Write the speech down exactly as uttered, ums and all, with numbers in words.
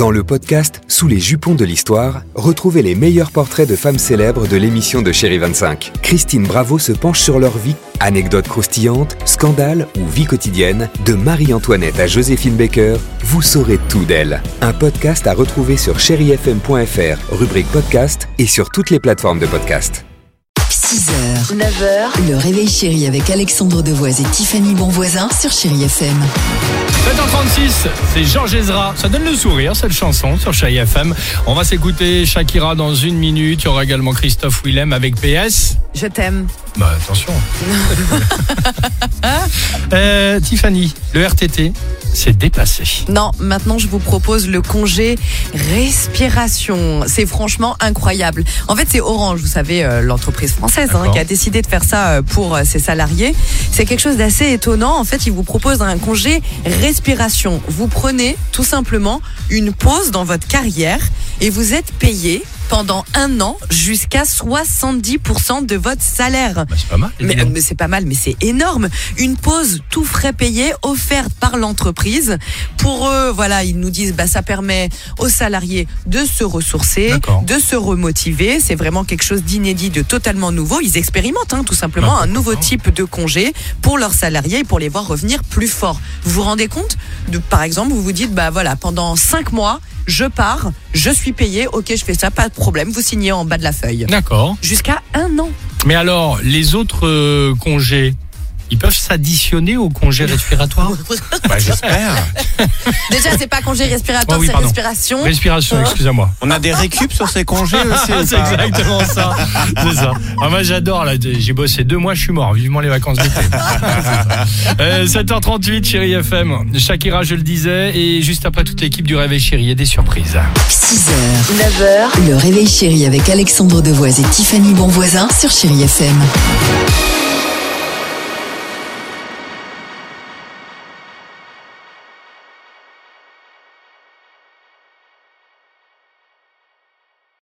Dans le podcast Sous les jupons de l'histoire, retrouvez les meilleurs portraits de femmes célèbres de l'émission de Chérie vingt-cinq. Christine Bravo se penche sur leur vie, anecdotes croustillantes, scandales ou vie quotidienne. De Marie-Antoinette à Joséphine Baker, vous saurez tout d'elle. Un podcast à retrouver sur chéri f m point f r, rubrique podcast et sur toutes les plateformes de podcast. six heures, neuf heures, le réveil chéri avec Alexandre Devoise et Tiffany Bonvoisin sur Chéri F M. sept heures trente-six, c'est Georges Ezra. Ça donne le sourire, cette chanson, sur Chéri F M. On va s'écouter Shakira dans une minute. Il y aura également Christophe Willem avec P S. Je t'aime. Bah, attention. euh, Tiffany, le R T T, c'est dépassé. Non, maintenant je vous propose le congé respiration. C'est franchement incroyable. En fait, c'est Orange, vous savez, euh, l'entreprise française hein, qui a décidé de faire ça pour euh, ses salariés. C'est quelque chose d'assez étonnant. En fait, ils vous proposent un congé respiration. Vous prenez tout simplement une pause dans votre carrière et vous êtes payé pendant un an jusqu'à soixante-dix pour cent de votre salaire. Bah, c'est pas mal. Mais, mais c'est pas mal, mais c'est énorme. Une pause tout frais payé offerte par l'entreprise. Pour eux, voilà, ils nous disent, bah, ça permet aux salariés de se ressourcer, D'accord. de se remotiver. C'est vraiment quelque chose d'inédit, de totalement nouveau. Ils expérimentent, hein, tout simplement, D'accord. un nouveau type de congé pour leurs salariés et pour les voir revenir plus forts. Vous vous rendez compte de, par exemple, vous vous dites, bah voilà, pendant cinq mois, je pars, je suis payé, ok, je fais ça, pas de problème, vous signez en bas de la feuille. D'accord. Jusqu'à un an. Mais alors, les autres euh, congés, ils peuvent s'additionner au congé respiratoire? Bah, j'espère. Déjà, c'est pas congé respiratoire, Oh oui, c'est pardon. respiration. Respiration, excusez-moi. On a des récup sur ces congés aussi ou C'est pas? exactement ça. C'est ça. Ah, moi, j'adore. Là, j'ai bossé deux mois, je suis mort. Vivement les vacances d'été. euh, sept heures trente-huit, Chéri F M. Shakira, je le disais. Et juste après, toute l'équipe du Réveil Chéri. Il y a des surprises. six heures, neuf heures, le réveil chéri avec Alexandre Devoise et Tiffany Bonvoisin sur Chéri F M.